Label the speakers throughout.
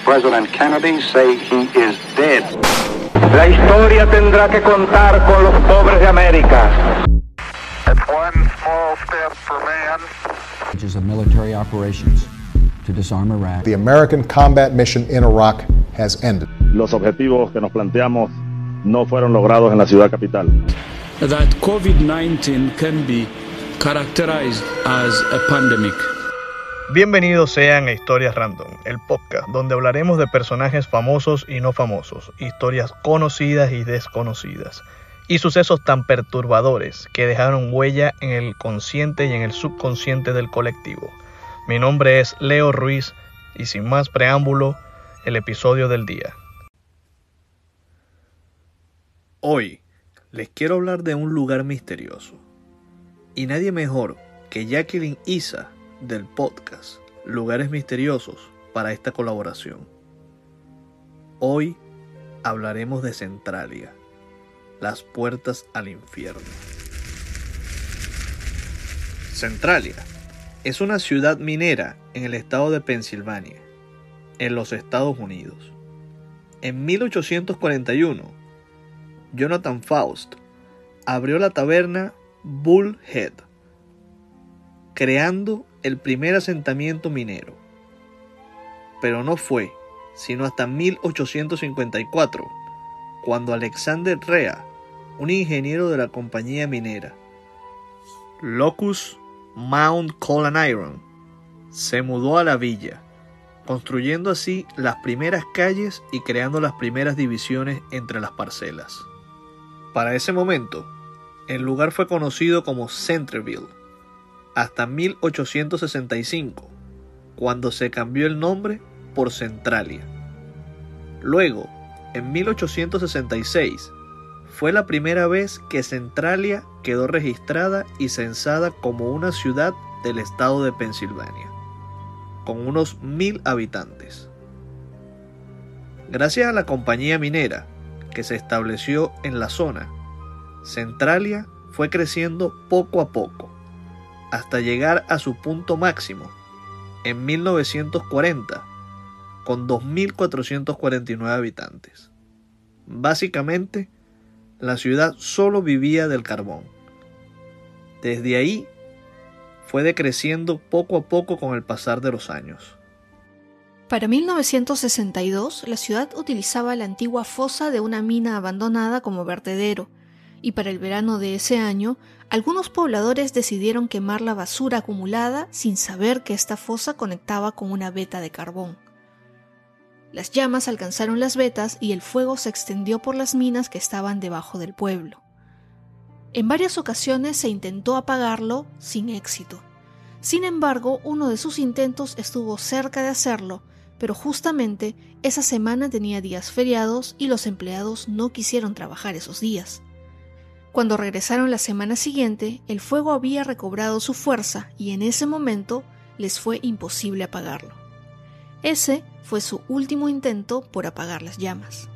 Speaker 1: President Kennedy say he is dead.
Speaker 2: La historia tendrá que contar con los pobres de América.
Speaker 3: It's one small step for man.
Speaker 4: Which is a military operations to disarm Iraq.
Speaker 5: The American combat mission in Iraq has ended.
Speaker 6: Los objetivos que nos planteamos no fueron logrados en la ciudad capital.
Speaker 7: That COVID-19 can be characterized as a pandemic.
Speaker 8: Bienvenidos sean a Historias Random, el podcast donde hablaremos de personajes famosos y no famosos, historias conocidas y desconocidas, y sucesos tan perturbadores que dejaron huella en el consciente y en el subconsciente del colectivo. Mi nombre es Leo Ruiz y sin más preámbulo, el episodio del día. Hoy les quiero hablar de un lugar misterioso, y nadie mejor que Jacqueline Isa del podcast Lugares Misteriosos para esta colaboración. Hoy hablaremos de Centralia, las puertas al infierno. Centralia es una ciudad minera en el estado de Pensilvania, en los Estados Unidos. En 1841, Jonathan Faust abrió la taberna Bullhead, creando el primer asentamiento minero. Pero no fue sino hasta 1854 cuando Alexander Rea, un ingeniero de la compañía minera Locust Mount Coal and Iron, se mudó a la villa, construyendo así las primeras calles y creando las primeras divisiones entre las parcelas. Para ese momento, el lugar fue conocido como Centerville, hasta 1865, cuando se cambió el nombre por Centralia. Luego, en 1866, fue la primera vez que Centralia quedó registrada y censada como una ciudad del estado de Pensilvania, con unos 1,000 habitantes. Gracias a la compañía minera que se estableció en la zona, Centralia fue creciendo poco a poco, hasta llegar a su punto máximo en 1940, con 2.449 habitantes. Básicamente, la ciudad solo vivía del carbón. Desde ahí, fue decreciendo poco a poco con el pasar de los años.
Speaker 9: Para 1962, la ciudad utilizaba la antigua fosa de una mina abandonada como vertedero, y para el verano de ese año, algunos pobladores decidieron quemar la basura acumulada sin saber que esta fosa conectaba con una veta de carbón. Las llamas alcanzaron las vetas y el fuego se extendió por las minas que estaban debajo del pueblo. En varias ocasiones se intentó apagarlo sin éxito. Sin embargo, uno de sus intentos estuvo cerca de hacerlo, pero justamente esa semana tenía días feriados y los empleados no quisieron trabajar esos días. Cuando regresaron la semana siguiente, el fuego había recobrado su fuerza y en ese momento les fue imposible apagarlo. Ese fue su último intento por apagar las llamas.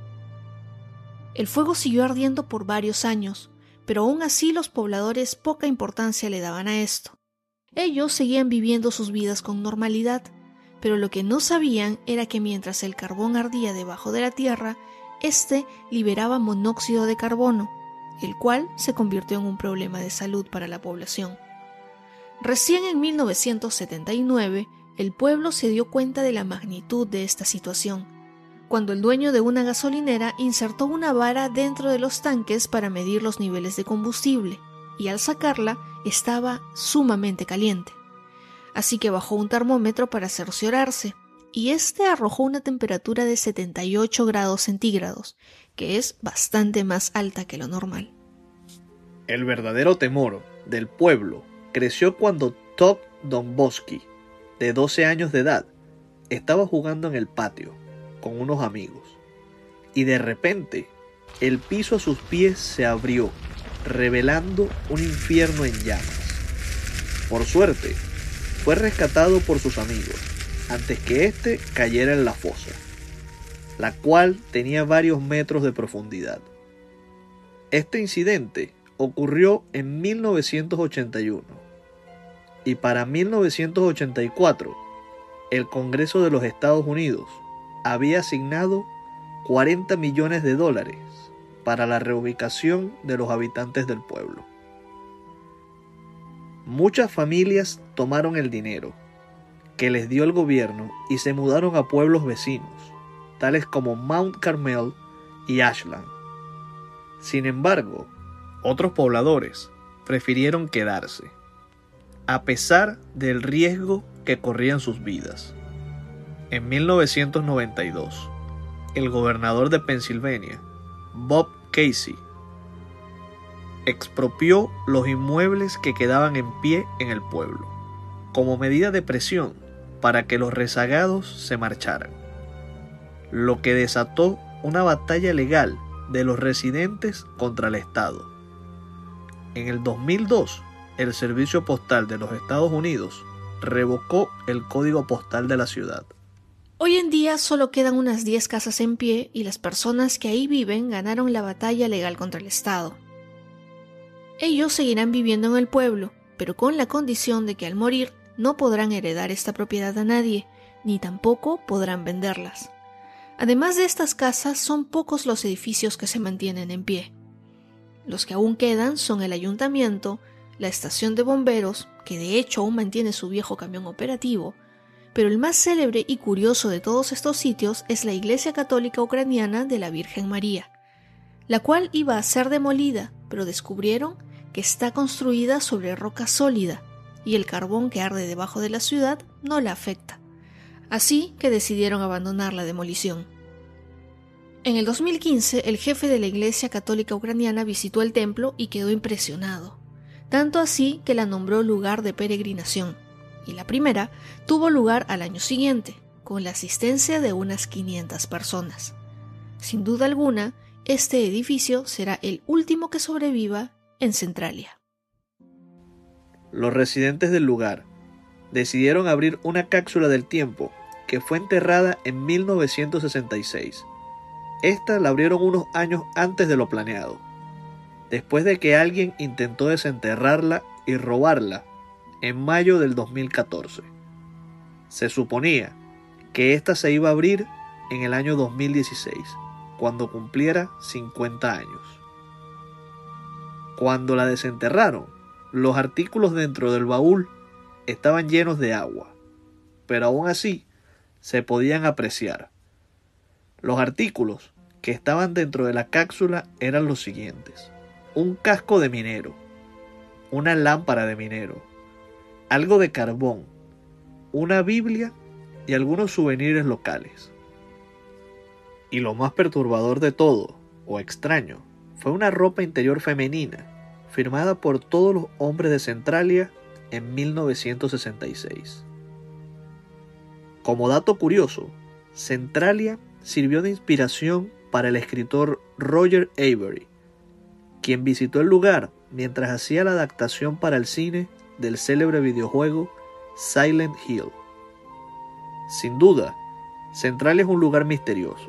Speaker 9: El fuego siguió ardiendo por varios años, pero aún así los pobladores poca importancia le daban a esto. Ellos seguían viviendo sus vidas con normalidad, pero lo que no sabían era que mientras el carbón ardía debajo de la tierra, este liberaba monóxido de carbono, el cual se convirtió en un problema de salud para la población. Recién en 1979, el pueblo se dio cuenta de la magnitud de esta situación, cuando el dueño de una gasolinera insertó una vara dentro de los tanques para medir los niveles de combustible, y al sacarla estaba sumamente caliente. Así que bajó un termómetro para cerciorarse, y este arrojó una temperatura de 78 grados centígrados, que es bastante más alta que lo normal. El verdadero temor del pueblo creció cuando Todd Domboski, de 12 años de edad, estaba jugando en el patio con unos amigos, y de repente el piso a sus pies se abrió, revelando un infierno en llamas. Por suerte, fue rescatado por sus amigos antes que éste cayera en la fosa, la cual tenía varios metros de profundidad. Este incidente ocurrió en 1981 y para 1984 el Congreso de los Estados Unidos
Speaker 8: había asignado $40 millones para la reubicación de los habitantes del pueblo. Muchas familias tomaron el dinero que les dio el gobierno y se mudaron a pueblos vecinos, tales como Mount Carmel y Ashland. Sin embargo, otros pobladores prefirieron quedarse, a pesar del riesgo que corrían sus vidas. En 1992, el gobernador de Pensilvania, Bob Casey, expropió los inmuebles que quedaban en pie en el pueblo, como medida de presión para que los rezagados se marcharan, lo que desató una batalla legal de los residentes contra el Estado. En el 2002, el Servicio Postal de los Estados Unidos revocó el código postal de la ciudad.
Speaker 9: Hoy en día solo quedan unas 10 casas en pie y las personas que ahí viven ganaron la batalla legal contra el Estado. Ellos seguirán viviendo en el pueblo, pero con la condición de que al morir no podrán heredar esta propiedad a nadie, ni tampoco podrán venderlas. Además de estas casas, son pocos los edificios que se mantienen en pie. Los que aún quedan son el ayuntamiento, la estación de bomberos, que de hecho aún mantiene su viejo camión operativo, pero el más célebre y curioso de todos estos sitios es la Iglesia Católica Ucraniana de la Virgen María, la cual iba a ser demolida, pero descubrieron que está construida sobre roca sólida y el carbón que arde debajo de la ciudad no la afecta, así que decidieron abandonar la demolición. En el 2015, el jefe de la Iglesia Católica Ucraniana visitó el templo y quedó impresionado, tanto así que la nombró lugar de peregrinación, y la primera tuvo lugar al año siguiente, con la asistencia de unas 500 personas. Sin duda alguna, este edificio será el último que sobreviva en Centralia.
Speaker 8: Los residentes del lugar decidieron abrir una cápsula del tiempo que fue enterrada en 1966. Esta la abrieron unos años antes de lo planeado, después de que alguien intentó desenterrarla y robarla en mayo del 2014. Se suponía que esta se iba a abrir en el año 2016, cuando cumpliera 50 años. Cuando la desenterraron, los artículos dentro del baúl estaban llenos de agua, pero aún así se podían apreciar. Los artículos que estaban dentro de la cápsula eran los siguientes: un casco de minero, una lámpara de minero, algo de carbón, una Biblia y algunos souvenirs locales. Y lo más perturbador de todo, o extraño, fue una ropa interior femenina, firmada por todos los hombres de Centralia en 1966. Como dato curioso, Centralia sirvió de inspiración para el escritor Roger Avery, quien visitó el lugar mientras hacía la adaptación para el cine del célebre videojuego Silent Hill. Sin duda, Centralia es un lugar misterioso.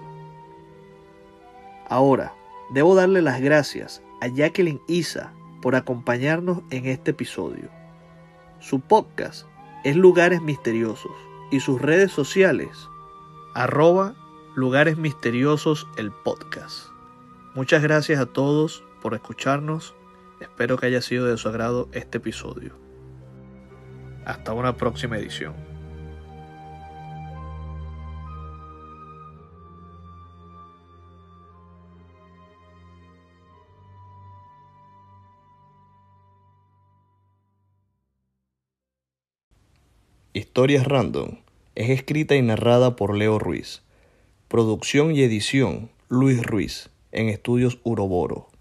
Speaker 8: Ahora, debo darle las gracias a Jacqueline Isa por acompañarnos en este episodio. Su podcast es Lugares Misteriosos y sus redes sociales, @Lugares Misteriosos el podcast. Muchas gracias a todos por escucharnos. Espero que haya sido de su agrado este episodio. Hasta una próxima edición.
Speaker 10: Historias Random es escrita y narrada por Leo Ruiz. Producción y edición Luis Ruiz en Estudios Uroboro.